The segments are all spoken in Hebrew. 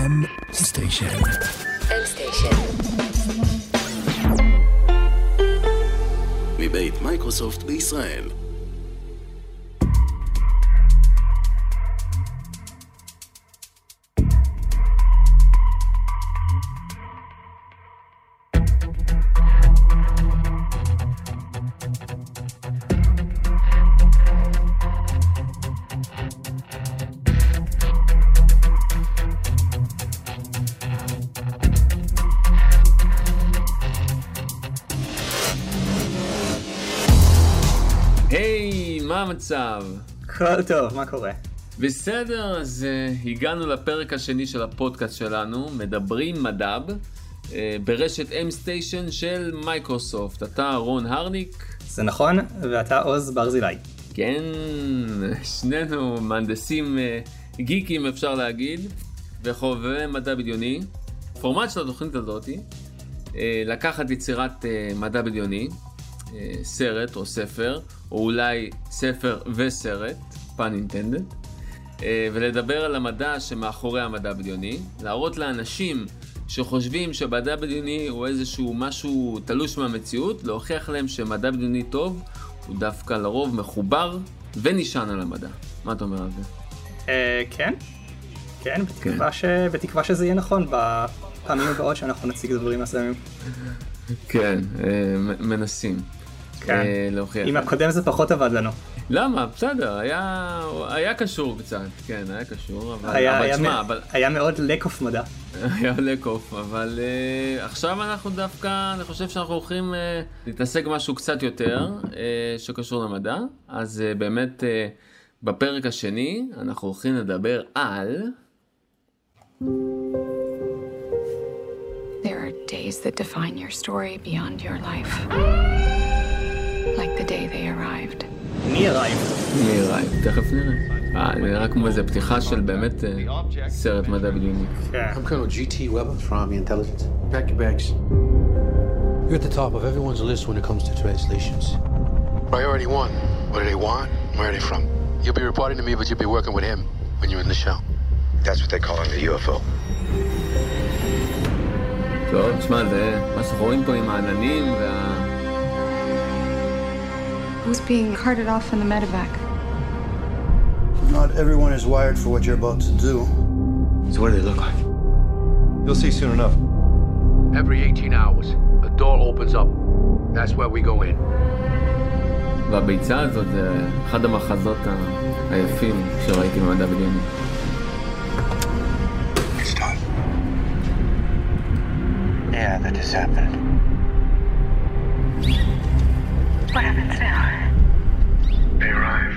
M Station. M Station. מבית מייקרוסופט בישראל. היי, מה המצב? הכל טוב, מה קורה? בסדר, אז הגענו לפרק השני של הפודקאסט שלנו, מדברים מדב, ברשת M Station של מייקרוסופט. אתה רון הרניק. זה נכון, ואתה עוז ברזילי. כן, שנינו מהנדסים גיקים אפשר להגיד, וחובבי מדע בדיוני. הפורמט של התוכנית הזאת לקחת יצירת מדע בדיוני, סרט או ספר, או אולי ספר וסרט, pun intended, ולדבר על המדע שמאחורי המדע בדיוני, להראות לאנשים שחושבים שמדע בדיוני הוא איזשהו משהו תלוש מהמציאות, להוכיח להם שמדע בדיוני טוב הוא דווקא לרוב מחובר ונשען על המדע. מה אתה אומר על זה? כן, בתקווה שזה יהיה נכון בפעמים הבאות שאנחנו נציג דברים מסוימים. כן, מנסים. כן, עם הקודם זה פחות עבד לנו. למה? בסדר, היה קשור קצת, כן, היה קשור, אבל היה מאוד לקוף מדע. היה לקוף, אבל עכשיו אנחנו דווקא, אני חושב שאנחנו הולכים להתעסק משהו קצת יותר שקשור למדע, אז באמת בפרק השני אנחנו הולכים לדבר על... There are days that define your story beyond your life. Like the day they arrived. מי arrived? תכף נראה. נראה כמו איזה פתיחה של באמת סרט מדע בדיוני. I'm Colonel G.T. Weber from Army Intelligence. Pack your bags. You're at the top of everyone's list when it comes to translations. Priority 1. What do they want? Where are they from? You'll be reporting to me, but you'll be working with him when you're in the show. That's what they call him, the UFO. טוב, תשמע, זה מה שרואים פה עם העננים Who's being carted off in the medevac? Not everyone is wired for what you're about to do. So what do they look like? You'll see soon enough. Every 18 hours, a door opens up. That's where we go in. והביצה הזאת זה אחד המחזות היפים שראיתי במדע בדיוני. It's done. Yeah, that just happened. What happens now? They arrive.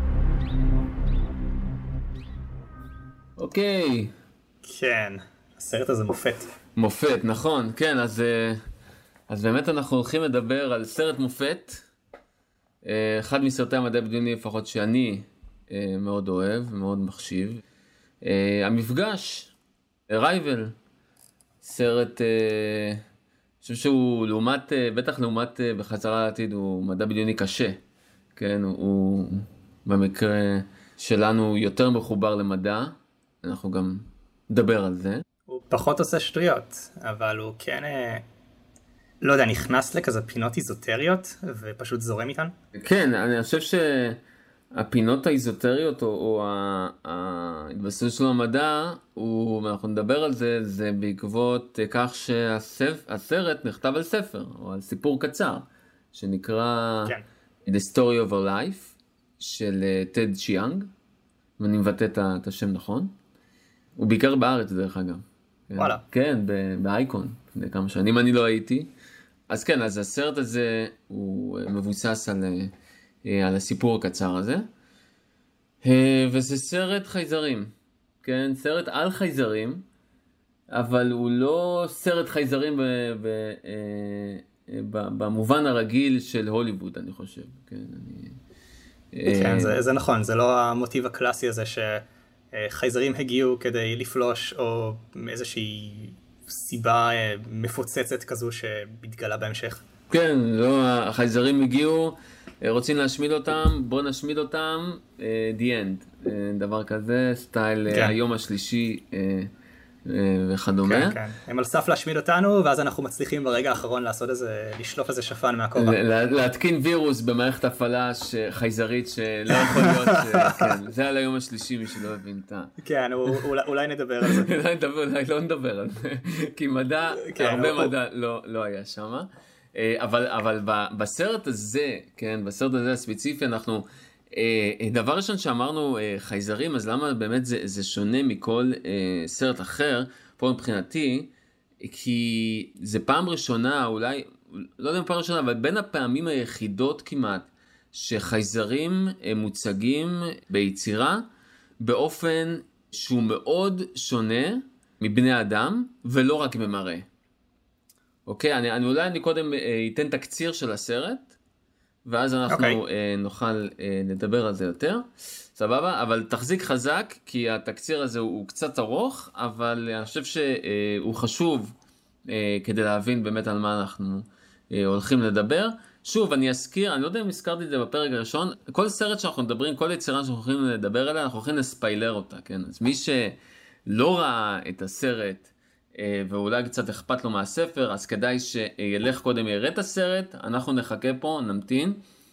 אוקיי. כן, הסרט הזה מופת. מופת, נכון, כן, אז באמת אנחנו הולכים לדבר על סרט מופת, אחד מסרטי המדע בדיוני לפחות שאני מאוד אוהב, מאוד מחשיב. המפגש, Arrival, סרט, אני חושב שהוא בטח לעומת בחזרה לעתיד, הוא מדע בדיוני קשה, כן, הוא במקרה שלנו יותר מחובר למדע, אנחנו גם נדבר על זה. הוא פחות עושה שטויות, אבל הוא כן, לא יודע, נכנס לכזה פינות איזוטריות ופשוט זורם איתן. כן, אני חושב שהפינות האיזוטריות או ההתבססות של המדע, אנחנו נדבר על זה, זה בעקבות כך שהסרט נכתב על ספר, או על סיפור קצר, שנקרא The Story of Our Life, של טד צ'יאנג, ואני מבטא את השם נכון. הוא בעיקר בארץ דרך אגב. וואלה. כן, באייקון, לפני כמה שנים אני לא הייתי. אז כן, אז הסרט הזה הוא מבוסס על הסיפור הקצר הזה. וזה סרט חייזרים. כן, סרט על חייזרים, אבל הוא לא סרט חייזרים במובן הרגיל של הוליווד, אני חושב. כן, זה נכון, זה לא המוטיב הקלאסי הזה שחייזרים הגיעו כדי לפלוש, או מאיזושהי סיבה מפוצצת כזו שהתגלה בהמשך. כן, לא, החייזרים הגיעו, רוצים להשמיד אותם, בוא נשמיד אותם, the end. דבר כזה, סטייל היום השלישי וכדומה. כן, כן. הם על סף להשמיד אותנו, ואז אנחנו מצליחים ברגע האחרון לעשות איזה, לשלוף איזה שפן מהכובע. להתקין וירוס במערכת הפעלה חייזרית שלא יכול להיות, כן, זה על היום השלישי מי שלא הבין את ה... כן, אולי נדבר על זה. אולי לא נדבר על זה, כי מדע, הרבה מדע לא היה שם. אבל בסרט הזה, כן, בסרט הזה הספציפי אנחנו... דבר ראשון שאמרנו חייזרים, אז למה באמת זה שונה מכל סרט אחר, פה מבחינתי, כי זה פעם ראשונה, אולי, לא יודע אם פעם ראשונה, אבל בין הפעמים היחידות כמעט, שחייזרים מוצגים ביצירה, באופן שהוא מאוד שונה מבני אדם, ולא רק במראה. אוקיי, אני קודם אתן תקציר של הסרט, ואז אנחנו נוכל לדבר על זה יותר, סבבה? אבל תחזיק חזק, כי התקציר הזה הוא קצת ארוך, אבל אני חושב שהוא חשוב כדי להבין באמת על מה אנחנו הולכים לדבר. שוב, אני אזכיר, אני לא יודע אם הזכרתי את זה בפרק הראשון, כל סרט שאנחנו מדברים, כל יצירה שאנחנו הולכים לדבר עליה, אנחנו הולכים לספיילר אותה, כן? אז מי שלא ראה את הסרט, ואולי קצת אכפת לו מהספר, אז כדאי שילך קודם יראה את הסרט, אנחנו נחכה פה, נמתין.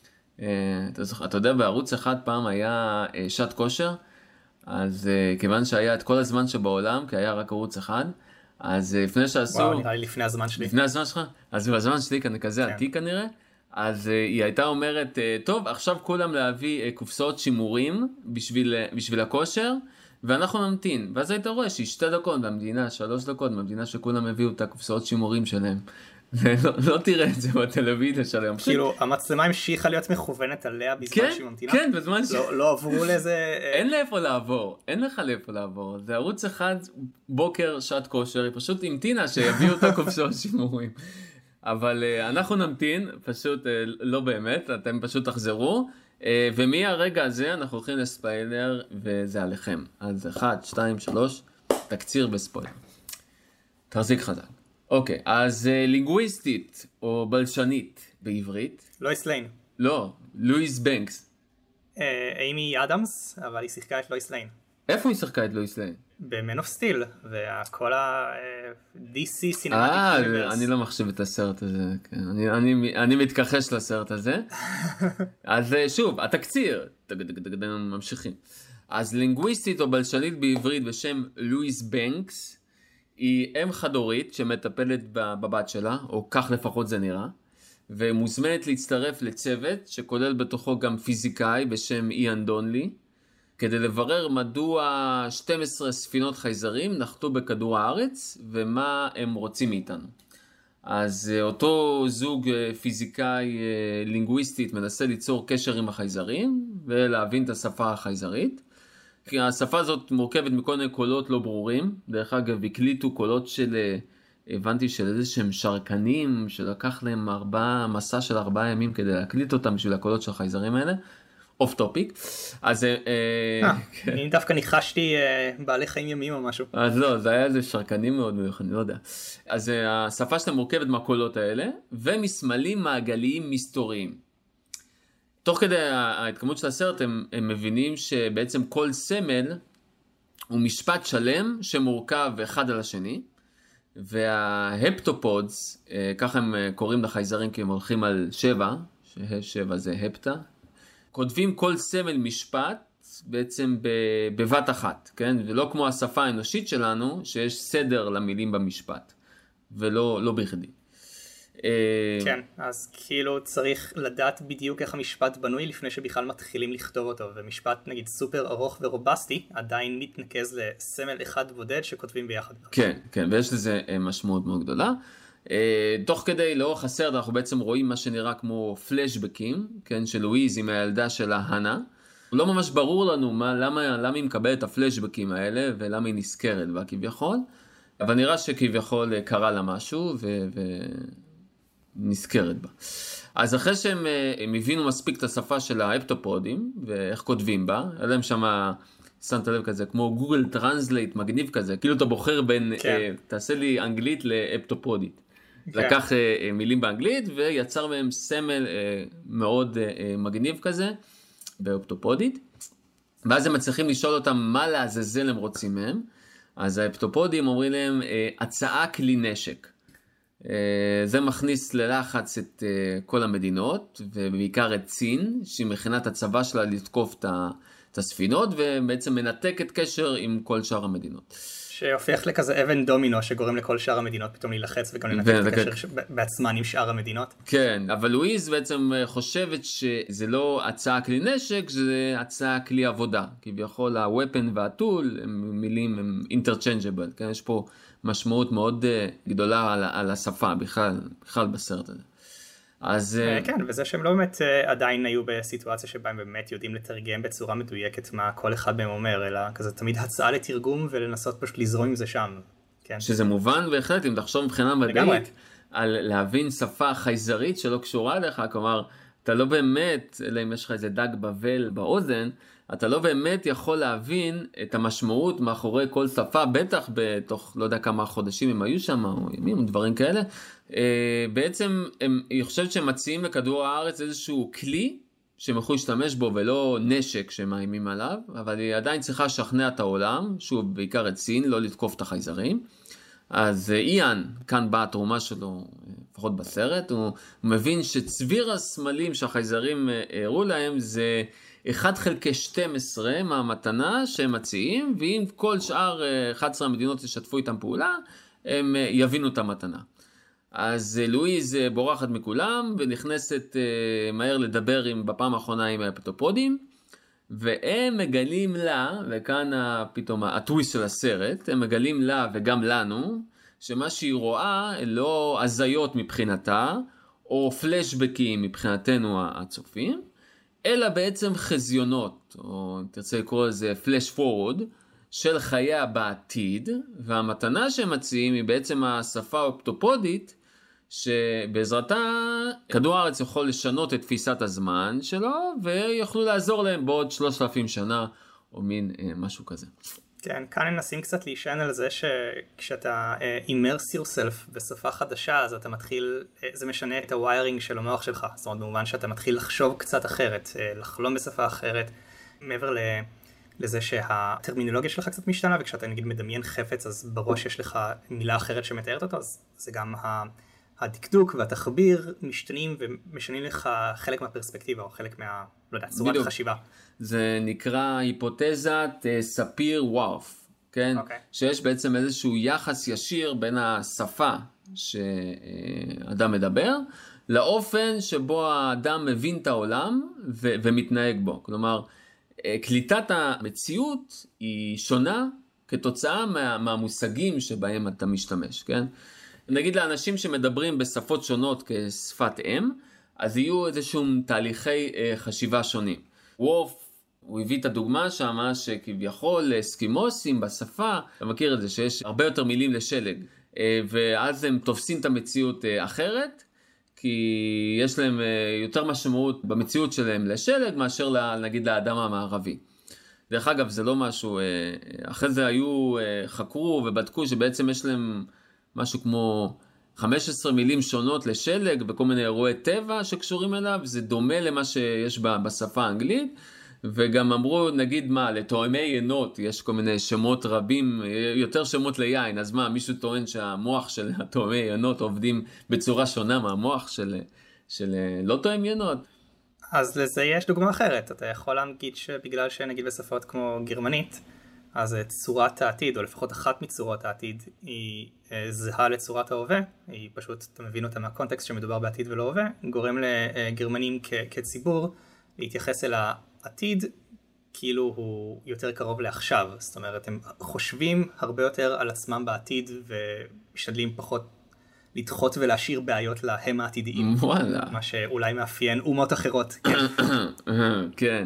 אתה יודע, בערוץ אחד פעם היה שעת כושר, אז כיוון שהיה את כל הזמן שבעולם, כי היה רק ערוץ אחד, אז לפני שעשו... וואו, נראה לי לפני הזמן שלי. לפני הזמן שלך? אז בזמן שלי כזה עתיק כנראה, אז היא הייתה אומרת, טוב, עכשיו כולם להביא קופסאות שימורים בשביל הכושר, ואנחנו נמתין, ואז היית רואה שהיא 2 דקות במדינה, 3 דקות במדינה שכולם הביאו את הקופסאות שימורים שלהם. ולא תראה את זה בטלוויזיה שלהם. כאילו, המצלמה המשיכה להיות מכוונת עליה בזמן שהיא ממתינה? כן, בזמן ש... לא עברו לזה... אין לאיפה לעבור, אין לך לאיפה לעבור. זה ערוץ אחד, בוקר, שעת כושר, היא פשוט המתינה שיביאו את הקופסאות שימורים. אבל אנחנו נמתין, פשוט לא באמת, אתם פשוט תחזרו. ומהרגע הזה אנחנו הולכים לספיילר, וזה עליכם. אז 1, 2, 3, תקציר בספוילר. תחזיק חזק. אוקיי, אז לינגוויסטית או בלשנית בעברית. לואיס ליין. לא, לואיס בנקס. אימי אדמס, אבל היא שיחקה את לואיס ליין. איפה היא שיחקה את לואיס ליין? ב-Man of Steel, וכל ה-DC סינמטיק יוניברס. אני לא מחשב את הסרט הזה, כן. אני מתכחש לסרט הזה. אז שוב, התקציר, ממשיכים. אז לינגוויסטית או בלשנית בעברית בשם לואיס בנקס, היא אם חד-הורית שמטפלת בבת שלה, או כך לפחות זה נראה, ומוזמנת להצטרף לצוות שכולל בתוכו גם פיזיקאי בשם איאן דונלי, כדי לברר מדוע 12 ספינות חייזרים נחתו בכדור הארץ, ומה הם רוצים מאיתנו. אז אותו זוג פיזיקאי לינגוויסטית מנסה ליצור קשר עם החייזרים, ולהבין את השפה החייזרית. כי השפה הזאת מורכבת מכל מיני קולות לא ברורים. דרך אגב, הקליטו קולות הבנתי של איזה שהם שרקנים, שלקח להם מסע של 4 ימים כדי להקליט אותם בשביל הקולות של החייזרים האלה. אוף טופיק. אז אני דווקא ניחשתי בעלי חיים ימים או משהו. אז לא, זה היה איזה שרקנים מאוד מיוחדים, לא יודע. אז השפה שלהם מורכבת מהקולות האלה, ומסמלים מעגליים מסתוריים. תוך כדי ההתקדמות של הסרט, הם מבינים שבעצם כל סמל הוא משפט שלם שמורכב אחד על השני, וההפטופודס, ככה הם קוראים לחייזרים כי הם הולכים על 7, ש7 זה הפטה, כותבים כל סמל משפט בעצם בבת אחת, כן? ולא כמו השפה האנושית שלנו, שיש סדר למילים במשפט, ולא בכדי. כן, אז כאילו צריך לדעת בדיוק איך המשפט בנוי לפני שבכלל מתחילים לכתוב אותו, ומשפט נגיד סופר ארוך ורובסטי עדיין מתנקז לסמל אחד בודד שכותבים ביחד. כן, כן, ויש לזה משמעות מאוד גדולה. תוך כדי לאורך הסרט אנחנו בעצם רואים מה שנראה כמו פלשבקים, כן, של לואיז עם הילדה שלה הנה. לא ממש ברור לנו למה היא מקבלת את הפלשבקים האלה ולמה היא נזכרת בה כביכול, אבל נראה שכביכול קרה לה משהו ונזכרת בה. אז אחרי שהם הבינו מספיק את השפה של ההפטופודים ואיך כותבים בה, היה להם שם, שמת לב כזה, כמו גוגל טרנסלייט מגניב כזה, כאילו אתה בוחר בין, תעשה לי אנגלית להפטופודית. לקח מילים באנגלית ויצר מהם סמל מאוד מגניב כזה, בהפטופודית. ואז הם מצליחים לשאול אותם מה לעזאזל הם רוצים מהם. אז האפטופודים אומרים להם, הצעה כלי נשק. זה מכניס ללחץ את כל המדינות, ובעיקר את סין, שהיא מכינה את הצבא שלה לתקוף את הספינות, ובעצם מנתקת קשר עם כל שאר המדינות. שהופך לכזה אבן דומינו שגורם לכל שאר המדינות פתאום להילחץ וגם לנתק את הקשר בעצמן עם שאר המדינות. כן, אבל לואיז בעצם חושבת שזה לא הצעה כלי נשק, זה הצעה כלי עבודה. כביכול ה-weapon וה-tool הם מילים, הם interchangeable, כן? יש פה משמעות מאוד גדולה על השפה בכלל בסרט הזה. אז כן, וזה שהם לא באמת עדיין היו בסיטואציה שבה הם באמת יודעים לתרגם בצורה מדויקת מה כל אחד מהם אומר, אלא כזה תמיד הצעה לתרגום ולנסות פשוט לזרום עם זה שם. כן. שזה מובן בהחלט, אם תחשוב מבחינה מדעית, על להבין שפה חייזרית שלא קשורה לך, כלומר, אתה לא באמת, אלא אם יש לך איזה דג בבל באוזן, אתה לא באמת יכול להבין את המשמעות מאחורי כל שפה, בטח בתוך לא יודע כמה חודשים הם היו שם, או ימים, דברים כאלה. בעצם, אני חושבת שהם מציעים לכדור הארץ איזשהו כלי, שהם יכולו להשתמש בו ולא נשק שמאיימים עליו, אבל היא עדיין צריכה לשכנע את העולם, שוב, בעיקר את סין, לא לתקוף את החייזרים. אז איאן, כאן באה התרומה שלו, לפחות בסרט, הוא מבין שצביר הסמלים שהחייזרים הראו להם זה 1/12 מהמתנה שהם מציעים, ואם כל שאר 11 המדינות ישתפו איתם פעולה, הם יבינו את המתנה. אז לואיז בורחת מכולם ונכנסת מהר לדבר בפעם האחרונה עם האפטופודים, והם מגלים לה, וכאן פתאום הטוויסט של הסרט, הם מגלים לה וגם לנו, שמה שהיא רואה לא הזיות מבחינתה, או פלשבקים מבחינתנו הצופים, אלא בעצם חזיונות, או אם תרצה לקרוא לזה פלש פורוד, של חייה בעתיד, והמתנה שהם מציעים היא בעצם השפה האופטופודית, שבעזרתה כדור הארץ יכול לשנות את תפיסת הזמן שלו, ויוכלו לעזור להם בעוד 3,000 שנה, או מין משהו כזה. כן, כאן הם נסים קצת להישען על זה שכשאתה immerse yourself בשפה חדשה, אז אתה מתחיל, זה משנה את הוויירינג של המוח שלך, זאת אומרת במובן שאתה מתחיל לחשוב קצת אחרת, לחלום בשפה אחרת, מעבר לזה שהטרמינולוגיה שלך קצת משתנה, וכשאתה נגיד מדמיין חפץ, אז בראש יש לך מילה אחרת שמתארת אותו, אז זה גם הדקדוק והתחביר משתנים ומשנים לך חלק מהפרספקטיבה, או חלק לא יודע, צורת החשיבה. זה נקרא היפותזת ספיר-וורף, כן? שיש בעצם איזשהו יחס ישיר בין השפה שאדם מדבר, לאופן שבו האדם מבין את העולם ומתנהג בו. כלומר, קליטת המציאות היא שונה כתוצאה מהמושגים שבהם אתה משתמש, כן? נגיד לאנשים שמדברים בשפות שונות כשפת אם, אז יהיו איזשהו תהליכי חשיבה שונים. וורף, הוא הביא את הדוגמה שמה שכביכול אסקימוסים בשפה, אתה מכיר את זה שיש הרבה יותר מילים לשלג, ואז הם תופסים את המציאות אחרת, כי יש להם יותר משמעות במציאות שלהם לשלג, מאשר נגיד לאדם המערבי. דרך אגב, זה לא משהו, אחרי זה חקרו ובדקו שבעצם יש להם משהו כמו 15 מילים שונות לשלג, וכל מיני אירועי טבע שקשורים אליו, זה דומה למה שיש בשפה האנגלית, וגם אמרו, נגיד לתואמי ינות, יש כל מיני שמות רבים, יותר שמות ליין, אז מישהו טוען שהמוח של התואמי ינות עובדים בצורה שונה מהמוח של לא תואם ינות? אז לזה יש דוגמה אחרת, אתה יכול להגיד שבגלל שנגיד בשפות כמו גרמנית, אז צורת העתיד, או לפחות אחת מצורות העתיד, היא זהה לצורת ההווה, היא פשוט, אתה מבין אותה מהקונטקסט שמדובר בעתיד ולא הווה, גורם לגרמנים כציבור להתייחס אל העתיד כאילו הוא יותר קרוב לעכשיו, זאת אומרת, הם חושבים הרבה יותר על עצמם בעתיד ומשתדלים פחות לדחות ולהשאיר בעיות להם העתידיים. וואלה. מה שאולי מאפיין אומות אחרות. כן.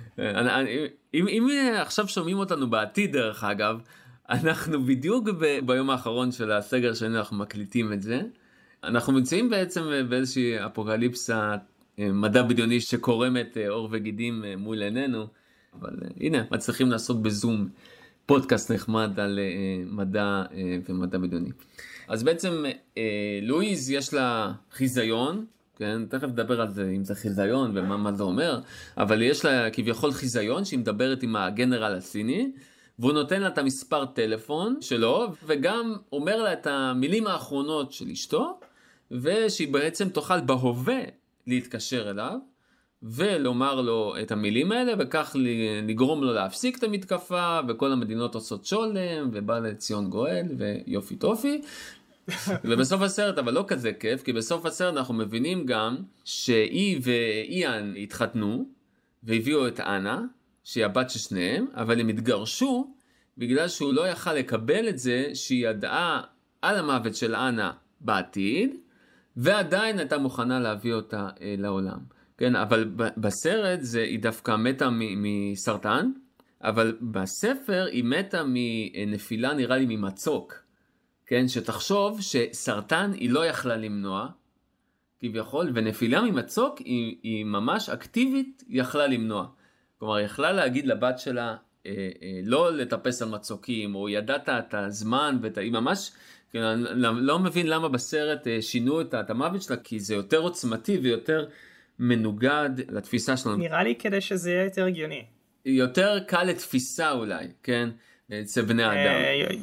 אם עכשיו שומעים אותנו בעתיד דרך אגב, אנחנו בדיוק ביום האחרון של הסגר שלנו, אנחנו מקליטים את זה. אנחנו נמצאים בעצם באיזושהי אפוקליפסה מדע בדיוני שקורמת עור וגידים מול עינינו, אבל הנה, מצליחים לעשות בזום פודקאסט נחמד על מדע ומדע בדיוני. אז בעצם לואיז יש לה חיזיון, כן? תכף נדבר על זה, אם זה חיזיון ומה זה אומר, אבל יש לה כביכול חיזיון שהיא מדברת עם הגנרל הסיני, והוא נותן לה את המספר טלפון שלו, וגם אומר לה את המילים האחרונות של אשתו, ושהיא בעצם תוכל בהווה להתקשר אליו, ולומר לו את המילים האלה, וכך לגרום לו להפסיק את המתקפה, וכל המדינות עושות שולם, ובא לציון גואל, ויופי טופי. ובסוף הסרט, אבל לא כזה כיף, כי בסוף הסרט אנחנו מבינים גם שהיא ואיאן התחתנו, והביאו את אנה, שהיא הבת של שניהם, אבל הם התגרשו, בגלל שהוא לא יכל לקבל את זה, שהיא ידעה על המוות של אנה בעתיד, ועדיין הייתה מוכנה להביא אותה לעולם. כן, אבל בסרט היא דווקא מתה מסרטן, אבל בספר היא מתה מנפילה, נראה לי ממצוק. כן, שתחשוב שסרטן היא לא יכלה למנוע, כביכול, ונפילה ממצוק היא ממש אקטיבית יכלה למנוע. כלומר, יכלה להגיד לבת שלה, לא לטפס על מצוקים, או ידעת את הזמן, היא ממש, אני לא מבין למה בסרט שינו את המוות שלה, כי זה יותר עוצמתי ויותר מנוגד לתפיסה שלנו. נראה לי כדי שזה יהיה יותר הגיוני. יותר קל לתפיסה אולי, כן? אצל בני האדם.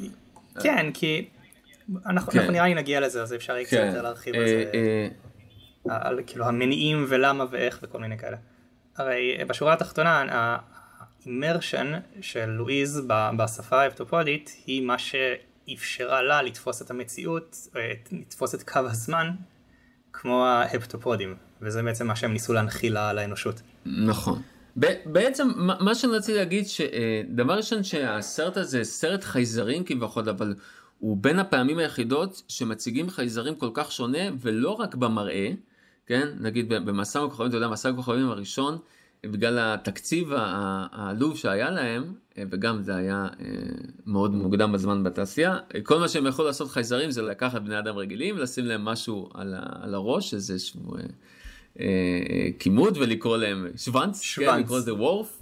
כן, כי אנחנו נראה לי נגיע לזה, אז אפשר קצת יותר להרחיב על זה. על כאילו המניעים ולמה ואיך וכל מיני כאלה. הרי בשורה התחתונה, האימרשן של לואיז בשפה ההפטופודית היא מה שאפשרה לה לתפוס את המציאות, לתפוס את קו הזמן, כמו ההפטופודים, וזה בעצם מה שהם ניסו להנחיל לאנושות. נכון. בעצם מה שאני רציתי להגיד, שדבר ראשון שהסרט הזה סרט חייזרים כביכול, אבל הוא בין הפעמים היחידות שמציגים חייזרים כל כך שונה, ולא רק במראה, כן? נגיד במסע הכוכבים, אתה יודע, מסע הכוכבים הראשון, בגלל התקציב העלוב שהיה להם, וגם זה היה מאוד מוקדם בזמן בתעשייה, כל מה שהם יכולו לעשות חייזרים זה לקחת בני אדם רגילים, לשים להם משהו על הראש, איזשהו כימות, ולקרוא להם שוונץ, כן, לקרוא לזה וורף,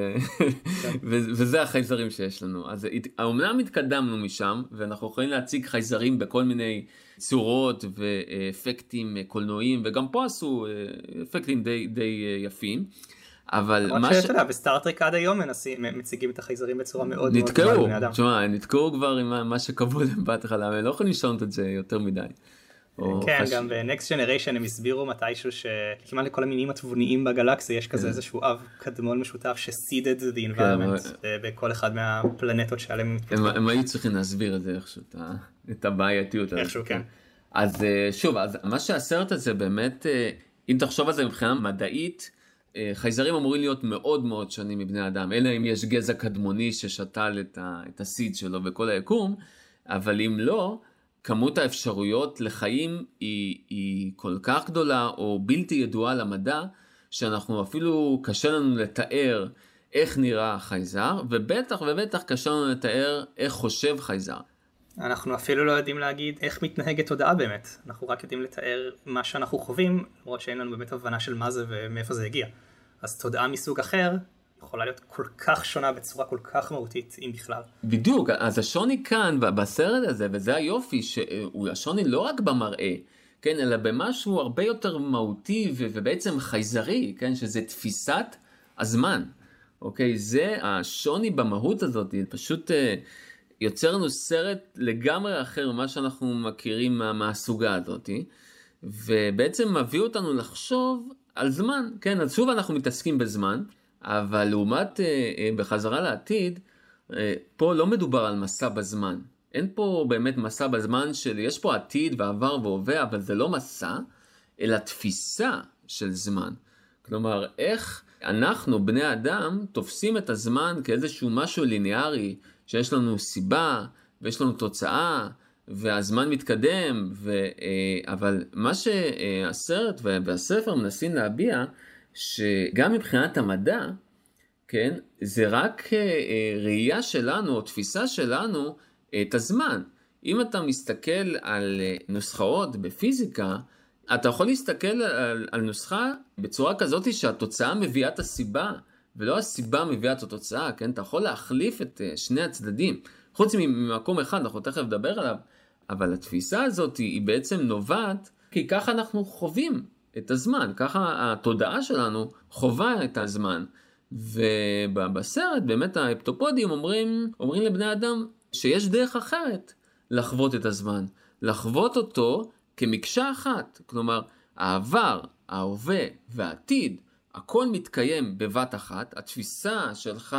וזה החייזרים שיש לנו. אז האומנם התקדמנו משם, ואנחנו יכולים להציג חייזרים בכל מיני צורות ואפקטים קולנועיים, וגם פה עשו אפקטים די יפים. אבל מה שאתה יודע, בסטארטרק עד היום מציגים את החייזרים בצורה מאוד מאוד טובה לבני אדם. תשמע, נתקעו כבר עם מה שקבעו להם בהתחלה, הם לא יכולים לשנות את זה יותר מדי. כן, גם ב-Next Generation הם הסבירו מתישהו שכמעט לכל המינים התבוניים בגלקסיה יש כזה איזשהו אב קדמון משותף ש-seeded the environment בכל אחד מהפלנטות שעליהם מתפתחו. הם היו צריכים להסביר את זה איכשהו, את הבעייתיות. איכשהו, כן. אז שוב, מה שהסרט הזה באמת, אם תחשוב על זה מבחינה מדעית, חייזרים אמורים להיות מאוד מאוד שונים מבני אדם, אלא אם יש גזע קדמוני ששתל את הסיד שלו בכל היקום, אבל אם לא, כמות האפשרויות לחיים היא כל כך גדולה או בלתי ידועה למדע, שאנחנו אפילו קשה לנו לתאר איך נראה חייזר, ובטח קשה לנו לתאר איך חושב חייזר. אנחנו אפילו לא יודעים להגיד איך מתנהגת תודעה באמת, אנחנו רק יודעים לתאר מה שאנחנו חווים, למרות שאין לנו באמת הבנה של מה זה ומאיפה זה הגיע. אז תודעה מסוג אחר יכולה להיות כל כך שונה בצורה כל כך מהותית, אם בכלל. בדיוק, אז השוני כאן בסרט הזה, וזה היופי, שהשוני לא רק במראה, כן, אלא במשהו הרבה יותר מהותי ובעצם חייזרי, כן, שזה תפיסת הזמן. אוקיי, זה השוני במהות הזאת, פשוט יוצר לנו סרט לגמרי אחר ממה שאנחנו מכירים מהסוגה הזאת, ובעצם מביא אותנו לחשוב על זמן, כן, אז שוב אנחנו מתעסקים בזמן, אבל לעומת בחזרה לעתיד, פה לא מדובר על מסע בזמן. אין פה באמת מסע בזמן יש פה עתיד ועבר והווה, אבל זה לא מסע, אלא תפיסה של זמן. כלומר, איך אנחנו, בני אדם, תופסים את הזמן כאיזשהו משהו ליניארי, שיש לנו סיבה ויש לנו תוצאה, והזמן מתקדם, אבל מה שהסרט והספר מנסים להביע, שגם מבחינת המדע, כן, זה רק ראייה שלנו או תפיסה שלנו את הזמן. אם אתה מסתכל על נוסחאות בפיזיקה, אתה יכול להסתכל על נוסחה בצורה כזאת שהתוצאה מביאה את הסיבה, ולא הסיבה מביאה את התוצאה, כן? אתה יכול להחליף את שני הצדדים. חוץ ממקום אחד, אנחנו תכף נדבר עליו, אבל התפיסה הזאת היא בעצם נובעת, כי ככה אנחנו חווים את הזמן, ככה התודעה שלנו חובה את הזמן, ובסרט באמת ההפטופודים אומרים לבני אדם שיש דרך אחרת לחוות את הזמן, לחוות אותו כמקשה אחת, כלומר העבר, ההווה והעתיד, הכל מתקיים בבת אחת, התפיסה שלך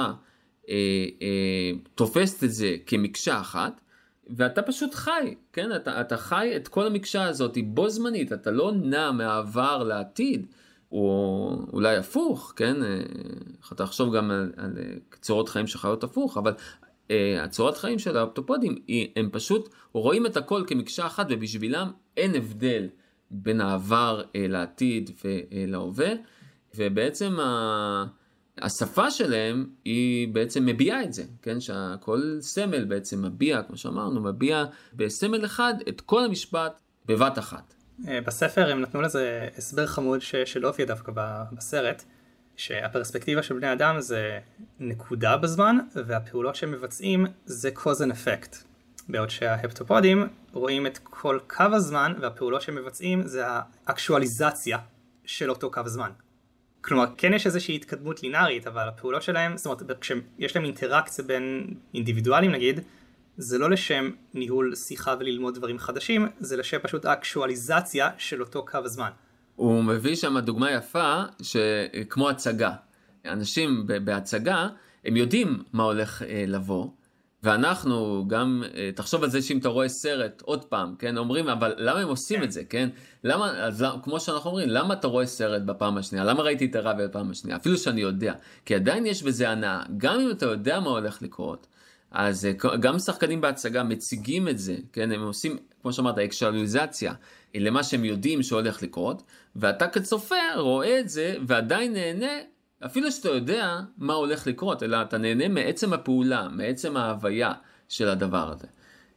תופסת את זה כמקשה אחת, ואתה פשוט חי, כן? אתה חי את כל המקשה הזאת בו זמנית, אתה לא נע מהעבר לעתיד, או אולי הפוך, כן? אתה תחשוב גם על צורות חיים שחיות הפוך, אבל הצורת חיים של האפטופודים, הם פשוט רואים את הכל כמקשה אחת, ובשבילם אין הבדל בין העבר לעתיד ולהווה, ובעצם השפה שלהם היא בעצם מביעה את זה, כן? שכל סמל בעצם מביע, כמו שאמרנו, מביע בסמל אחד את כל המשפט בבת אחת. בספר הם נתנו לזה הסבר חמוד שלא הופיע דווקא בסרט, שהפרספקטיבה של בני אדם זה נקודה בזמן, והפעולות שהם מבצעים זה cause and effect. בעוד שההפטופודים רואים את כל קו הזמן, והפעולות שהם מבצעים זה האקטואליזציה של אותו קו הזמן. כלומר, כן יש איזושהי התקדמות לינארית, אבל הפעולות שלהם, זאת אומרת, כשיש להם אינטראקציה בין אינדיבידואלים נגיד, זה לא לשם ניהול שיחה וללמוד דברים חדשים, זה לשם פשוט האקטואליזציה של אותו קו הזמן. הוא מביא שם דוגמה יפה, שכמו הצגה. אנשים בהצגה, הם יודעים מה הולך לבוא, ואנחנו גם, תחשוב על זה שאם אתה רואה סרט עוד פעם, כן, אומרים, אבל למה הם עושים את זה, כן? למה, אז כמו שאנחנו אומרים, למה אתה רואה סרט בפעם השנייה? למה ראיתי את הרב בפעם השנייה? אפילו שאני יודע. כי עדיין יש בזה הנאה. גם אם אתה יודע מה הולך לקרות, אז גם שחקנים בהצגה מציגים את זה, כן? הם עושים, כמו שאמרת, האקטואליזציה למה שהם יודעים שהולך לקרות, ואתה כצופה רואה את זה ועדיין נהנה, אפילו שאתה יודע מה הולך לקרות, אלא אתה נהנה מעצם הפעולה, מעצם ההוויה של הדבר הזה.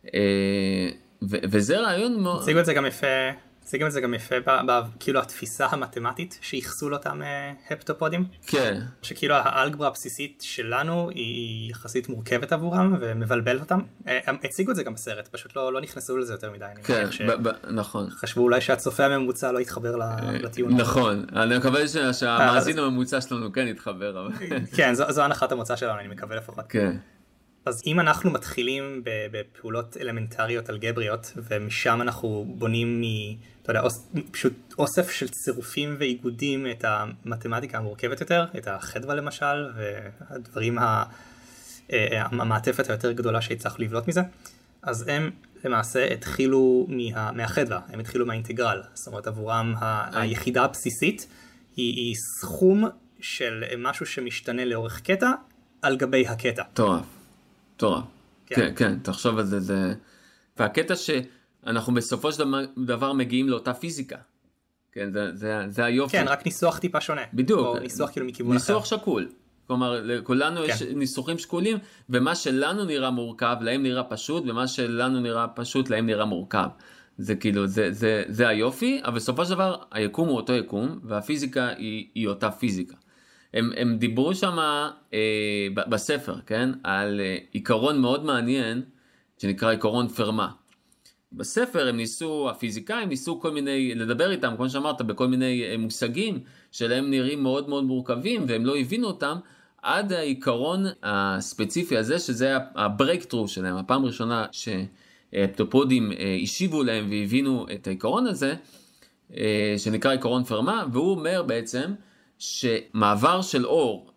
וזה רעיון מאוד... הציגו את זה גם יפה, כאילו התפיסה המתמטית שיחסו לאותם הפטופודים. כן. שכאילו האלגברה הבסיסית שלנו היא יחסית מורכבת עבורם ומבלבלת אותם. הציגו את זה גם בסרט, פשוט לא נכנסו לזה יותר מדי. כן, נכון. חשבו אולי שהצופה הממוצע לא יתחבר לטיעון. נכון, אני מקווה שהמאזין הממוצע שלנו כן יתחבר. כן, זו הנחת המוצא שלנו, אני מקווה לפחות. כן. אז אם אנחנו מתחילים בפעולות אלמנטריות אלגבריות, ומשם אנחנו בונים אתה יודע, פשוט אוסף של צירופים ואיגודים את המתמטיקה המורכבת יותר, את החדווה למשל, והדברים, המעטפת היותר גדולה שהצליחו לבלוט מזה, אז הם למעשה התחילו מהחדווה, הם התחילו מהאינטגרל, זאת אומרת עבורם היחידה הבסיסית היא סכום של משהו שמשתנה לאורך קטע על גבי הקטע. טוב. כן, תחשוב על זה. והקטע שאנחנו בסופו של דבר מגיעים לאותה פיזיקה. כן, זה היופי. כן, רק ניסוח טיפה שונה. בדיוק. או ניסוח כאילו מכיוון אחר. ניסוח שקול. כלומר, לכולנו יש ניסוחים שקולים, ומה שלנו נראה מורכב, להם נראה פשוט, ומה שלנו נראה פשוט, להם נראה מורכב. זה כאילו, זה היופי, אבל בסופו של דבר, היקום הוא אותו יקום, והפיזיקה היא אותה פיזיקה. הם דיברו שם בספר, כן? על עיקרון מאוד מעניין, שנקרא עיקרון פרמה. בספר הפיזיקאים ניסו כל מיני, לדבר איתם, כמו שאמרת, בכל מיני מושגים, שלהם נראים מאוד מאוד מורכבים, והם לא הבינו אותם, עד העיקרון הספציפי הזה, שזה הברייקטרו שלהם, הפעם הראשונה שהפטופודים השיבו להם והבינו את העיקרון הזה, שנקרא עיקרון פרמה, והוא אומר בעצם, שמעבר של אור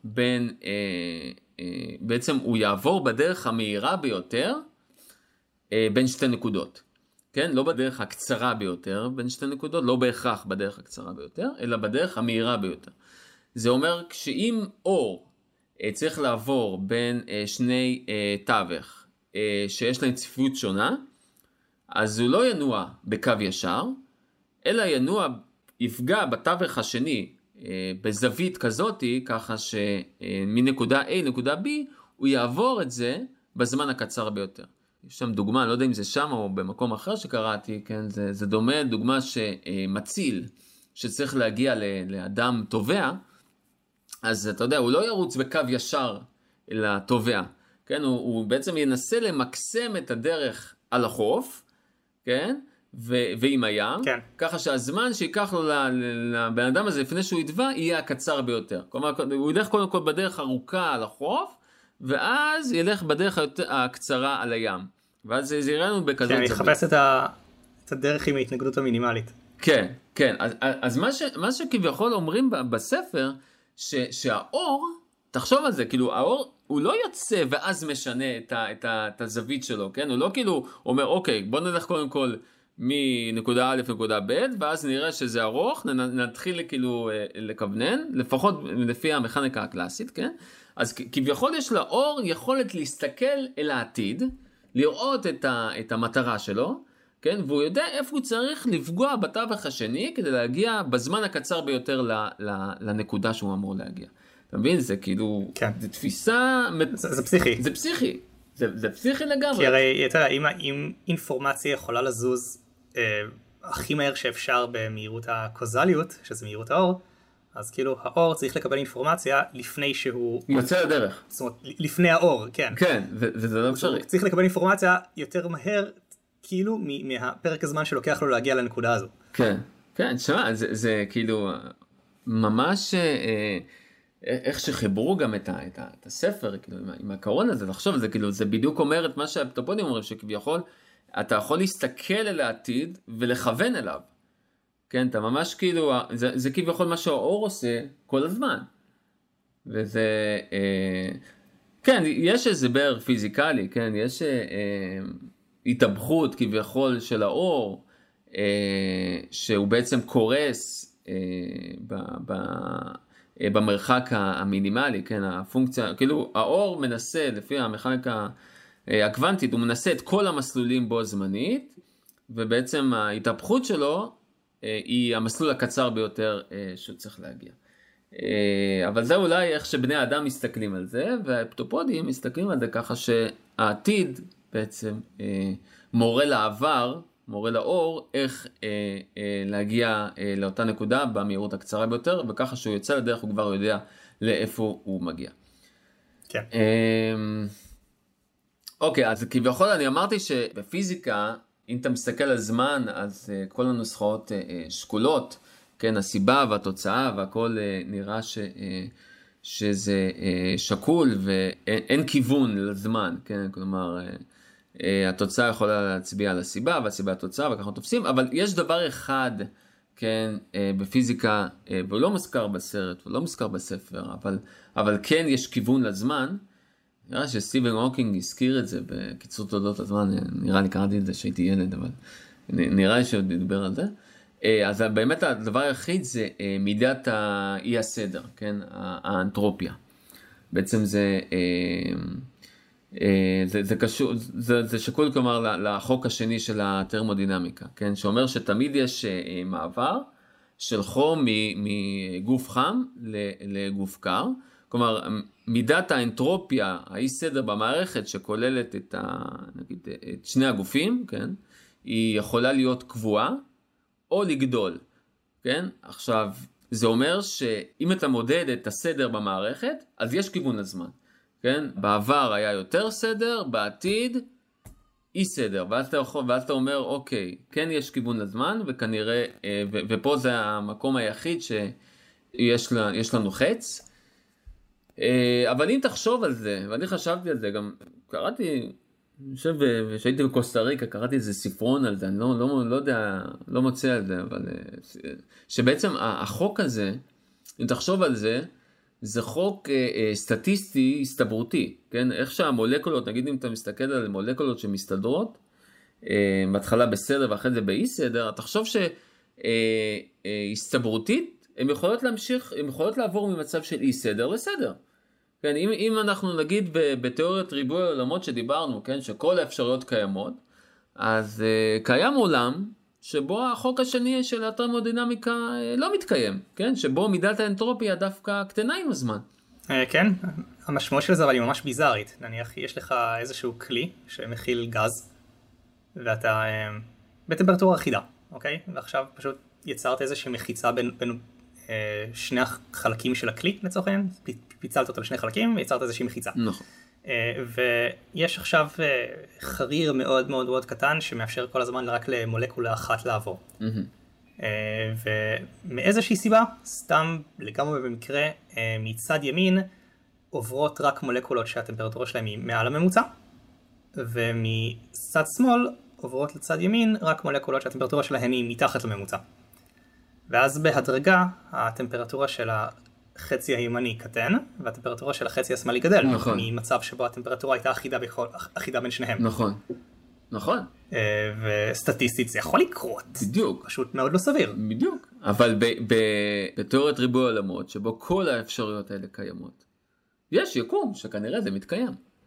בעצם הוא יעבור בדרך המהירה ביותר בין שתי נקודות. כן? לא בדרך הקצרה ביותר בין שתי נקודות, לא בהכרח בדרך הקצרה ביותר, אלא בדרך המהירה ביותר. זה אומר שאם אור צריך לעבור בין שני תווך שיש להם צפיפות שונה, אז הוא לא ינוע בקו ישר, אלא יפגע בתווך השני בזווית כזאת, ככה שמנקודה A לנקודה B, הוא יעבור את זה בזמן הקצר ביותר. יש שם דוגמה, לא יודע אם זה שם או במקום אחר שקראתי, כן? זה דומה דוגמה שמציל, שצריך להגיע לאדם תובע, אז אתה יודע, הוא לא ירוץ בקו ישר לתובע, כן? הוא בעצם ינסה למקסם את הדרך על החוף, כן? ועם הים, כן. ככה שהזמן שיקח לו לבן אדם הזה לפני שהוא ידבע, יהיה הקצר ביותר. כלומר, הוא ילך קודם כל בדרך ארוכה על החוף, ואז ילך בדרך הקצרה על הים. ואז זה יראה לנו בכזאת... כן, אני אחפש את הדרך עם ההתנגדות המינימלית. כן, כן. אז מה שכביכול אומרים בספר, שהאור, תחשוב על זה, כאילו האור הוא לא יוצא ואז משנה את הזווית שלו, כן? הוא לא כאילו אומר, אוקיי, בוא נלך קודם כל מנקודה א' לנקודה ב', ואז נראה שזה ארוך, נתחיל כאילו לכוונן, לפחות לפי המכניקה הקלאסית, כן? אז כביכול יש לאור יכולת להסתכל אל העתיד, לראות את המטרה שלו, כן? והוא יודע איפה הוא צריך לפגוע בתווך השני, כדי להגיע בזמן הקצר ביותר לנקודה שהוא אמור להגיע. אתה מבין? זה כאילו, כן. זה תפיסה... זה פסיכי. זה פסיכי. זה פסיכי לגמרי. כי הרי, אתה יודע, אם אינפורמציה יכולה לזוז הכי מהר שאפשר במהירות הקוזליות, שזה מהירות האור, אז כאילו האור צריך לקבל אינפורמציה לפני שהוא... יוצא לדרך. זאת אומרת, לפני האור, כן. כן, וזה לא אפשרי. צריך לקבל אינפורמציה יותר מהר, כאילו, מהפרק הזמן שלוקח לו להגיע לנקודה הזו. כן, כן, שמה, זה כאילו ממש... איך שחיברו גם את הספר, כאילו, עם הקרון הזה, לחשוב, זה כאילו, זה בדיוק אומר את מה שהפטופונים אומרים, שכביכול, אתה יכול להסתכל אל העתיד ולכוון אליו. כן, אתה ממש כאילו, זה כביכול מה שהאור עושה כל הזמן. וזה, כן, יש איזה בערך פיזיקלי, כן, יש התאבכות כביכול של האור, שהוא בעצם קורס במרחק המינימלי, כן, הפונקציה, כאילו האור מנסה, לפי המכניקה הקוונטית, הוא מנסה את כל המסלולים בו זמנית, ובעצם ההתהפכות שלו היא המסלול הקצר ביותר שהוא צריך להגיע. אבל זה אולי איך שבני האדם מסתכלים על זה, והפטופודים מסתכלים על זה ככה שהעתיד בעצם מורה לעבר, מורה לאור, איך להגיע לאותה נקודה במהירות הקצרה ביותר, וככה שהוא יוצא לדרך הוא כבר יודע לאיפה הוא מגיע. כן. אוקיי, אז כביכול אני אמרתי שבפיזיקה, אם אתה מסתכל על זמן, אז כל הנוסחאות שקולות, כן, הסיבה והתוצאה והכל נראה שזה שקול ואין כיוון לזמן, כן, כלומר, התוצאה יכולה להצביע על הסיבה והסיבה התוצאה וככה תופסים, אבל יש דבר אחד, כן, בפיזיקה, והוא לא מוזכר בסרט, הוא לא מוזכר בספר, אבל כן יש כיוון לזמן, נראה שסטיבן הוקינג הזכיר את זה בקיצור תולדות הזמן, נראה לי קראתי את זה שהייתי ילד, אבל נראה לי שהוא דיבר על זה. אז באמת הדבר היחיד זה מידת אי הסדר, כן, האנטרופיה. בעצם זה קשור, זה שקול כלומר לחוק השני של הטרמודינמיקה, כן, שאומר שתמיד יש מעבר של חום מגוף חם לגוף קר, כלומר מידת האנטרופיה, האי סדר במערכת שכוללת נגיד, את שני הגופים, כן, היא יכולה להיות קבועה או לגדול, כן, עכשיו זה אומר שאם אתה מודד את הסדר במערכת, אז יש כיוון לזמן. כן? בעבר היה יותר סדר, בעתיד אי סדר, ואז אתה אומר, אוקיי, כן יש כיוון לזמן, וכנראה, ופה זה המקום היחיד שיש לנו חץ, אבל אם תחשוב על זה, ואני חשבתי על זה, גם קראתי, אני חושב שהייתי בקוסטה ריקה, קראתי איזה ספרון על זה, אני לא יודע, לא מוצא על זה, אבל שבעצם החוק הזה, אם תחשוב על זה, זה חוק סטטיסטי, הסתברותי, כן? איך שהמולקולות, נגיד אם אתה מסתכל על מולקולות שמסתדרות, בהתחלה בסדר ואחרי זה באי סדר, תחשוב שהסתברותית, הן יכולות להמשיך, הן יכולות לעבור ממצב של אי סדר לסדר. כן? אם אנחנו נגיד בתיאוריית ריבוי העולמות שדיברנו, כן? שכל האפשרויות קיימות, אז קיים עולם, שבו החוק השני של הטרמודינמיקה לא מתקיים, כן? שבו מידת האנטרופיה דווקא קטנה עם הזמן. כן, המשמעות של זה אבל היא ממש ביזארית. נניח, יש לך איזשהו כלי שמכיל גז, ואתה בטמפרטורה אחידה, אוקיי? ועכשיו פשוט יצרת איזושהי מחיצה בין שני החלקים של הכלי, לצורך העניין, פיצלת אותו לשני חלקים ויצרת איזושהי מחיצה. נכון. ויש עכשיו חריר מאוד מאוד מאוד קטן שמאפשר כל הזמן רק למולקולה אחת לעבור. ומאיזושהי סיבה, סתם לגמרי במקרה, מצד ימין עוברות רק מולקולות שהטמפרטורה שלהם היא מעל הממוצע, ומצד שמאל עוברות לצד ימין רק מולקולות שהטמפרטורה שלהן היא מתחת לממוצע. ואז בהדרגה הטמפרטורה של החצי הימני קטן, והטמפרטורה של החצי השמאלי גדל. נכון. ממצב שבו הטמפרטורה הייתה אחידה בין שניהם. נכון. נכון. וסטטיסטית זה יכול לקרות. בדיוק. פשוט מאוד לא סביר. בדיוק. אבל בתיאוריית ריבוי עולמות, שבו כל האפשרויות האלה קיימות, יש יקום שכנראה זה מתקיים.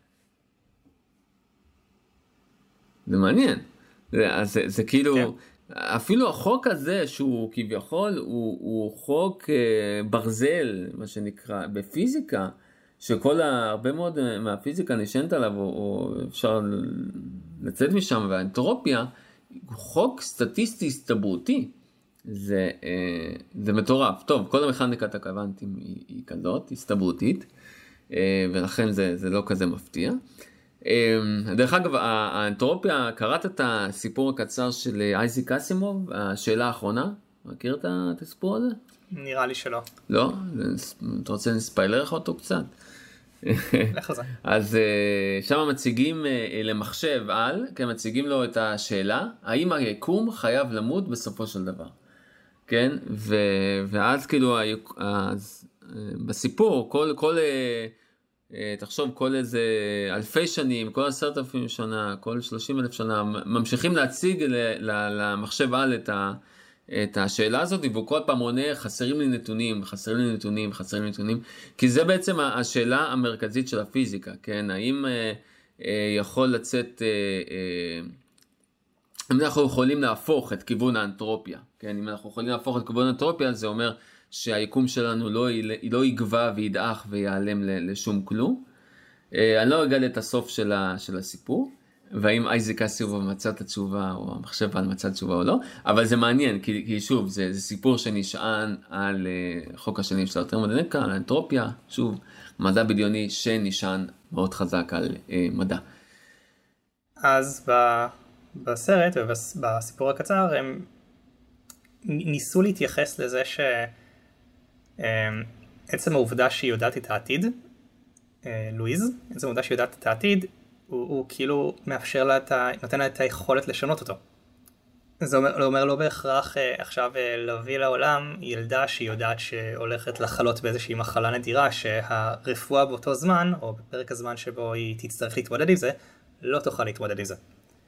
זה מעניין. זה כאילו, כן. אפילו החוק הזה שהוא כביכול, הוא חוק ברזל, מה שנקרא, בפיזיקה, שכל הרבה מאוד מהפיזיקה נשענת עליו, או אפשר לצאת משם, והאנטרופיה, הוא חוק סטטיסטי הסתברותי. זה מטורף. טוב, כל המכניקת הקוונטים היא כזאת, הסתברותית, ולכן זה לא כזה מפתיע. דרך אגב, האנטרופיה, קראת את הסיפור הקצר של אייזק אסימוב, השאלה האחרונה? מכיר את הסיפור הזה? נראה לי שלא. לא? אתה רוצה לספיילר לך אותו קצת? לך על זה. אז שם מציגים למחשב על, כן, מציגים לו את השאלה, האם היקום חייב למות בסופו של דבר? כן? ואז כאילו, בסיפור, תחשוב כל איזה אלפי שנים, כל 10,000 שנה, כל 30,000 שנה, ממשיכים להציג למחשב על את השאלה הזאת, והוא כל פעם עונה, חסרים לי נתונים, כי זה בעצם השאלה המרכזית של הפיזיקה, כן? האם יכול לצאת, אם אנחנו יכולים להפוך את כיוון האנטרופיה, כן? אם אנחנו יכולים להפוך את כיוון האנטרופיה, זה אומר שהיקום שלנו לא יגבה וידעך ויעלם לשום כלום. אני לא אגלה את הסוף של הסיפור, והאם אייזק אסימוב מצא את התשובה, או המחשב על מצא תשובה או לא, אבל זה מעניין, כי שוב, זה סיפור שנשען על חוק השנים של התרמודינמיקה, על האנטרופיה, שוב, מדע בדיוני שנשען מאוד חזק על מדע. אז בסרט ובסיפור הקצר, הם ניסו להתייחס לזה עצם העובדה שהיא יודעת את העתיד, לואיז, עצם העובדה שהיא יודעת את העתיד, הוא כאילו מאפשר לה, נותן לה את היכולת לשנות אותו. זה אומר לא בהכרח עכשיו להביא לעולם ילדה שהיא יודעת שהולכת לחלות באיזושהי מחלה נדירה, שהרפואה באותו זמן, או בפרק הזמן שבו היא תצטרך להתמודד עם זה, לא תוכל להתמודד עם זה.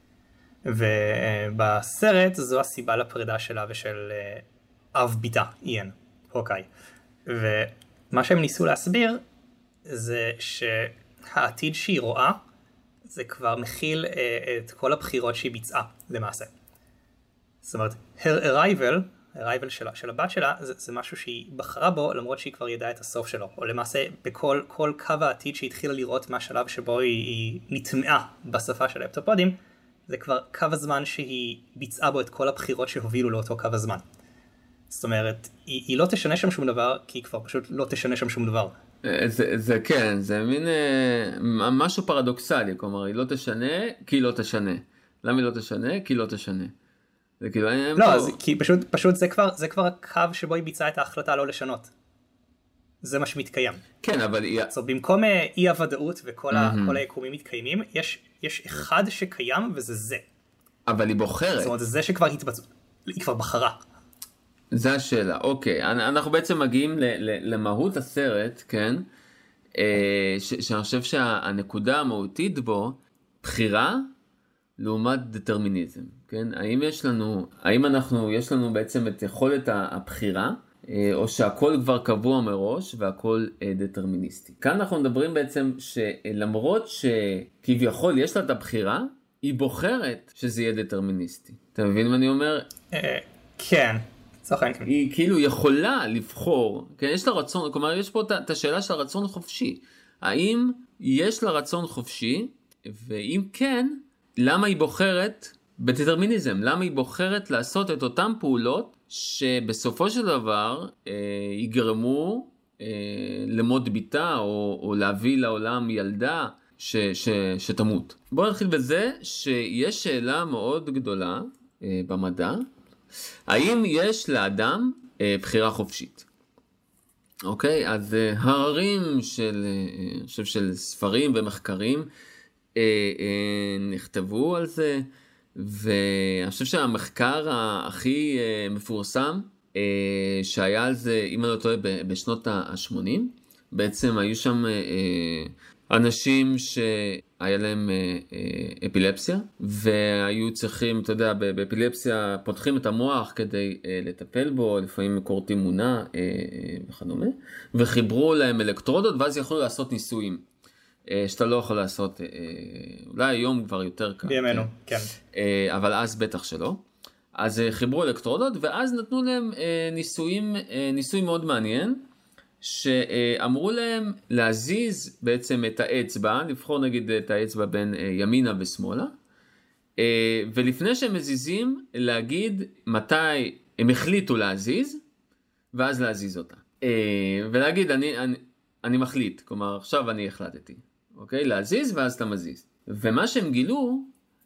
ובסרט זו הסיבה לפרידה שלה ושל אב ביתה, איין, הוקאי. ומה שהם ניסו להסביר זה שהעתיד שהיא רואה זה כבר מכיל את כל הבחירות שהיא ביצעה למעשה. זאת אומרת, arrival של הבת שלה זה משהו שהיא בחרה בו למרות שהיא כבר ידעה את הסוף שלו. או למעשה בכל קו העתיד שהיא התחילה לראות מהשלב שבו היא נטמעה בשפה של האפטופודים, זה כבר קו הזמן שהיא ביצעה בו את כל הבחירות שהובילו לאותו קו הזמן. זאת אומרת, היא לא תשנה שם שום דבר, כי היא כבר פשוט לא תשנה שם שום דבר. זה כן, זה מין משהו פרדוקסלי, כלומר, היא לא תשנה, כי היא לא תשנה. למה היא לא תשנה? כי היא לא תשנה. זה כאילו, לא, כי פשוט זה כבר הקו שבו היא ביצעה את ההחלטה לא לשנות. זה מה שמתקיים. כן, אבל זאת אומרת, במקום אי הוודאות וכל היקומים מתקיימים, יש אחד שקיים וזה זה. אבל היא בוחרת. זאת אומרת, זה שכבר התבצעו, היא כבר בחרה. זה השאלה, אוקיי, אנחנו בעצם מגיעים למהות הסרט, כן, שאני חושב שהנקודה המהותית בו, בחירה לעומת דטרמיניזם, כן, יש לנו בעצם את יכולת הבחירה, או שהכל כבר קבוע מראש והכל דטרמיניסטי. כאן אנחנו מדברים בעצם שלמרות שכביכול יש לה את הבחירה, היא בוחרת שזה יהיה דטרמיניסטי. אתה מבין מה אני אומר? כן. היא כאילו יכולה לבחור, כן, יש לה רצון, כלומר יש פה את השאלה של הרצון חופשי. האם יש לה רצון חופשי, ואם כן, למה היא בוחרת בדטרמיניזם? למה היא בוחרת לעשות את אותן פעולות שבסופו של דבר יגרמו למות ביתה או להביא לעולם ילדה שתמות. בואו נתחיל בזה שיש שאלה מאוד גדולה במדע, האם יש לאדם בחירה חופשית? אוקיי, אז הררים של ספרים ומחקרים נכתבו על זה, ואני חושב שהמחקר הכי מפורסם שהיה על זה, אם אני לא טועה, בשנות ה-80, בעצם היו שם אנשים שהיה להם אפילפסיה, והיו צריכים, אתה יודע, באפילפסיה פותחים את המוח כדי לטפל בו, לפעמים קורטים מונה וכדומה, וחיברו להם אלקטרודות, ואז יכולו לעשות ניסויים, שאתה לא יכול לעשות, אולי היום כבר יותר קל. בימינו, כן. אבל אז בטח שלא. אז חיברו אלקטרודות, ואז נתנו להם ניסוי מאוד מעניין, שאמרו להם להזיז בעצם את האצבע, לבחור נגיד את האצבע בין ימינה ושמאלה, ולפני שהם מזיזים, להגיד מתי הם החליטו להזיז, ואז להזיז אותה. ולהגיד, אני מחליט, כלומר, עכשיו אני החלטתי, אוקיי? להזיז, ואז אתה מזיז. ומה שהם גילו,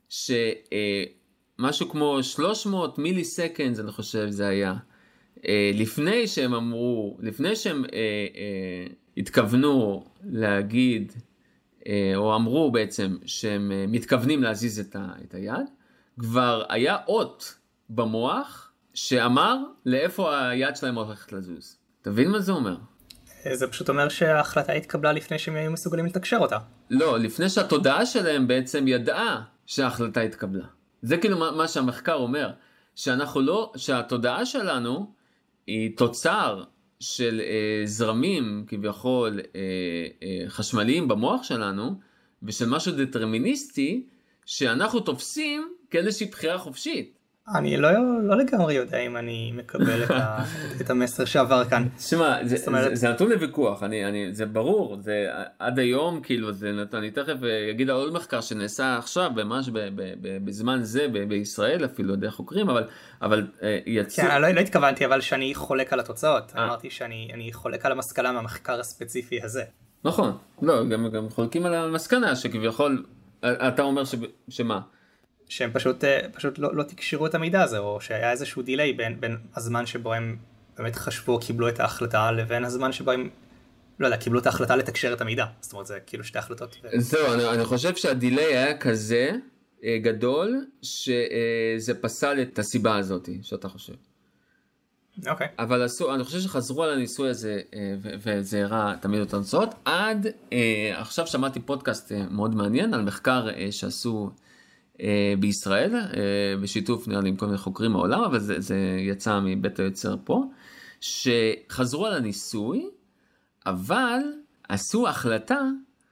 משהו כמו 300 מיליסקנד, אני חושב זה היה, לפני שהם אמרו, לפני שהם התכוונו להגיד, או אמרו בעצם שהם מתכוונים להזיז את היד, כבר היה אות במוח שאמר לאיפה היד שלהם הולכת לזוז. תבין מה זה אומר? זה פשוט אומר שההחלטה התקבלה לפני שהם היו מסוגלים לתקשר אותה. לא, לפני שהתודעה שלהם בעצם ידעה שההחלטה התקבלה. זה כאילו מה שהמחקר אומר, שהתודעה שלנו היא תוצר של זרמים כביכול חשמליים במוח שלנו, ושל משהו דטרמיניסטי שאנחנו תופסים כאיזושהי בחירה חופשית. אני לא לגמרי יודע אם אני מקבל את המסר שעבר כאן. תשמע, זה נתון לוויכוח, זה ברור, זה עד היום, כאילו, אני תכף אגיד על עוד מחקר שנעשה עכשיו, ממש בזמן זה, בישראל אפילו, דרך חוקרים, אבל יצאו... כן, לא התכוונתי, אבל שאני חולק על התוצאות. אמרתי שאני חולק על המסקנה מהמחקר הספציפי הזה. נכון, לא, גם חולקים על המסקנה, שכביכול, אתה אומר שמה? שהם פשוט לא תקשרו את המידע הזה, או שהיה איזשהו דיליי בין הזמן שבו הם באמת חשבו, קיבלו את ההחלטה, לבין הזמן שבו הם, לא יודע, קיבלו את ההחלטה לתקשר את המידע. זאת אומרת, זה כאילו שתי החלטות. זהו, אני חושב שהדיליי היה כזה גדול, שזה פסל את הסיבה הזאת, שאתה חושב. אוקיי. אבל אני חושב שחזרו על הניסוי הזה, וזה הראה תמיד אותן תוצאות, עד עכשיו שמעתי פודקאסט מאוד מעניין, על מחקר שעשו בישראל, בשיתוף נראה לי עם כל מיני חוקרים מהעולם, אבל זה יצא מבית היוצר פה, שחזרו על הניסוי, אבל עשו החלטה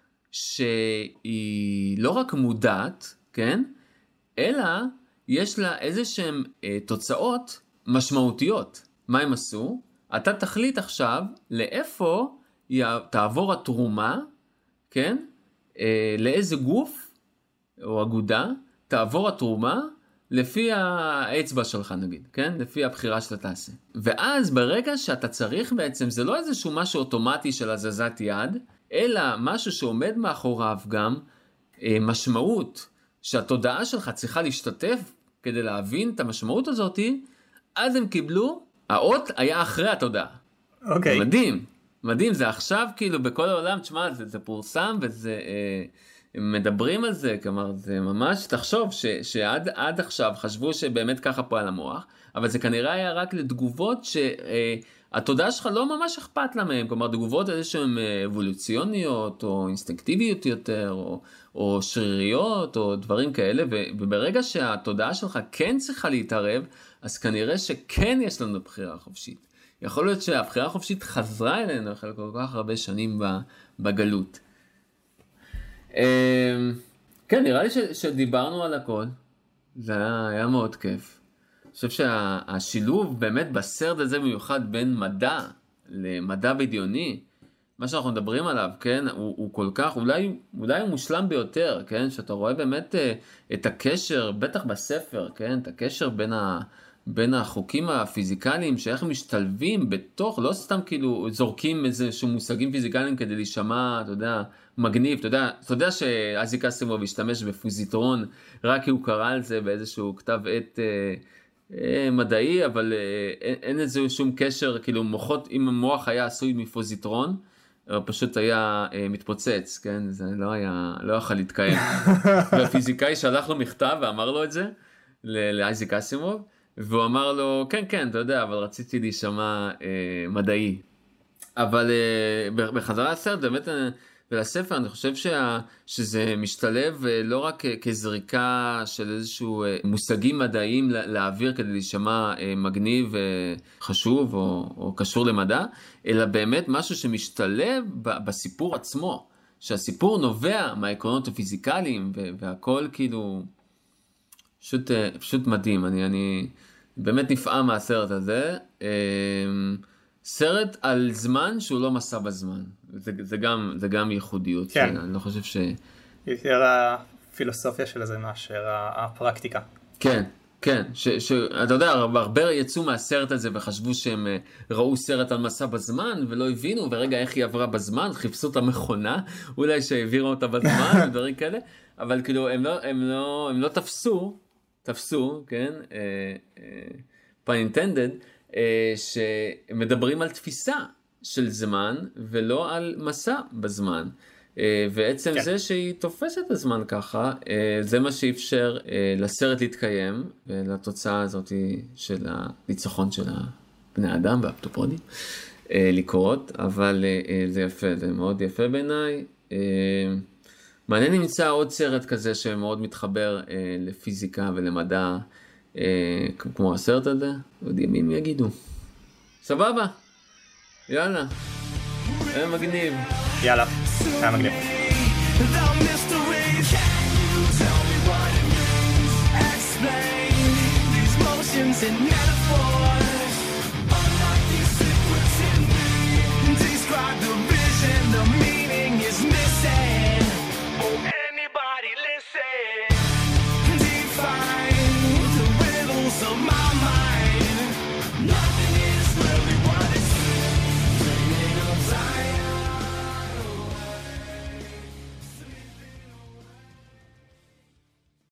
שהיא לא רק מודעת, כן? אלא יש לה איזשהם תוצאות משמעותיות. מה הם עשו? אתה תחליט עכשיו לאיפה תעבור התרומה, כן? לאיזה גוף או אגודה תעבור התרומה לפי האצבע שלך נגיד, כן? לפי הבחירה שאתה תעשה. ואז ברגע שאתה צריך בעצם, זה לא איזשהו משהו אוטומטי של הזזת יד, אלא משהו שעומד מאחוריו גם משמעות שהתודעה שלך צריכה להשתתף כדי להבין את המשמעות הזאת, אז הם קיבלו, האות היה אחרי התודעה. אוקיי. מדהים, מדהים, זה עכשיו כאילו בכל העולם, תשמע, זה פורסם וזה... מדברים על זה, כלומר, זה ממש, תחשוב שעד עכשיו חשבו שבאמת ככה פועל המוח, אבל זה כנראה היה רק לתגובות שהתודעה שלך לא ממש אכפת לה מהם, כלומר, תגובות איזשהן אבולוציוניות, או אינסטינקטיביות יותר, או שריריות, או דברים כאלה, וברגע שהתודעה שלך כן צריכה להתערב, אז כנראה שכן יש לנו בחירה חופשית. יכול להיות שהבחירה החופשית חזרה אלינו אחרי כל כך הרבה שנים בגלות. כן, נראה לי שדיברנו על הכל, זה היה מאוד כיף. אני חושב שהשילוב באמת בסרט הזה מיוחד בין מדע למדע בדיוני, מה שאנחנו מדברים עליו, כן, הוא כל כך, אולי הוא מושלם ביותר, כן, שאתה רואה באמת את הקשר, בטח בספר, כן, את הקשר בין החוקים הפיזיקליים, שאיך הם משתלבים בתוך, לא סתם כאילו זורקים איזשהו מושגים פיזיקליים כדי להישמע, אתה יודע, מגניב, אתה יודע שאיזק אסימוב השתמש בפוזיטרון, רק כי הוא קרא על זה באיזשהו כתב עת מדעי, אבל אין איזה שום קשר, כאילו מוחות, אם המוח היה עשוי מפוזיטרון, פשוט היה מתפוצץ, כן? זה לא יכול להתקיים. והפיזיקאי שלח לו מכתב ואמר לו את זה, לאיזק אסימוב, והוא אמר לו, כן, אתה יודע, אבל רציתי להישמע מדעי. אבל בחזרה לסרט, באמת, ולספר, אני חושב שזה משתלב לא רק כזריקה של איזשהו מושגים מדעיים להעביר כדי להישמע מגניב חשוב או קשור למדע, אלא באמת משהו שמשתלב בסיפור עצמו, שהסיפור נובע מהעקרונות הפיזיקליים והכל כאילו פשוט מדהים. אני באמת נפעם מהסרט הזה. סרט על זמן שהוא לא מסע בזמן. זה גם ייחודיות. כן. אני לא חושב יותר הפילוסופיה של זה מאשר הפרקטיקה. כן. אתה יודע, הרבה יצאו מהסרט הזה וחשבו שהם ראו סרט על מסע בזמן ולא הבינו, ורגע איך היא עברה בזמן, חיפשו את המכונה, אולי שהעבירה אותה בזמן ודברים כאלה, אבל כאילו הם לא תפסו, כן, pun intended, שמדברים על תפיסה של זמן ולא על מסע בזמן. ועצם זה שהיא תופסת את הזמן ככה, זה מה שאפשר לסרט להתקיים, ולתוצאה הזאת של הניצחון של בני האדם והפטופודים לקרות, אבל זה יפה, זה מאוד יפה בעיניי. מעניין נמצא עוד סרט כזה שמאוד מתחבר לפיזיקה ולמדע, כמו הסרט הזה, עוד ימים יגידו. סבבה? יאללה. היה מגניב. יאללה, היה מגניב. Explain these motions and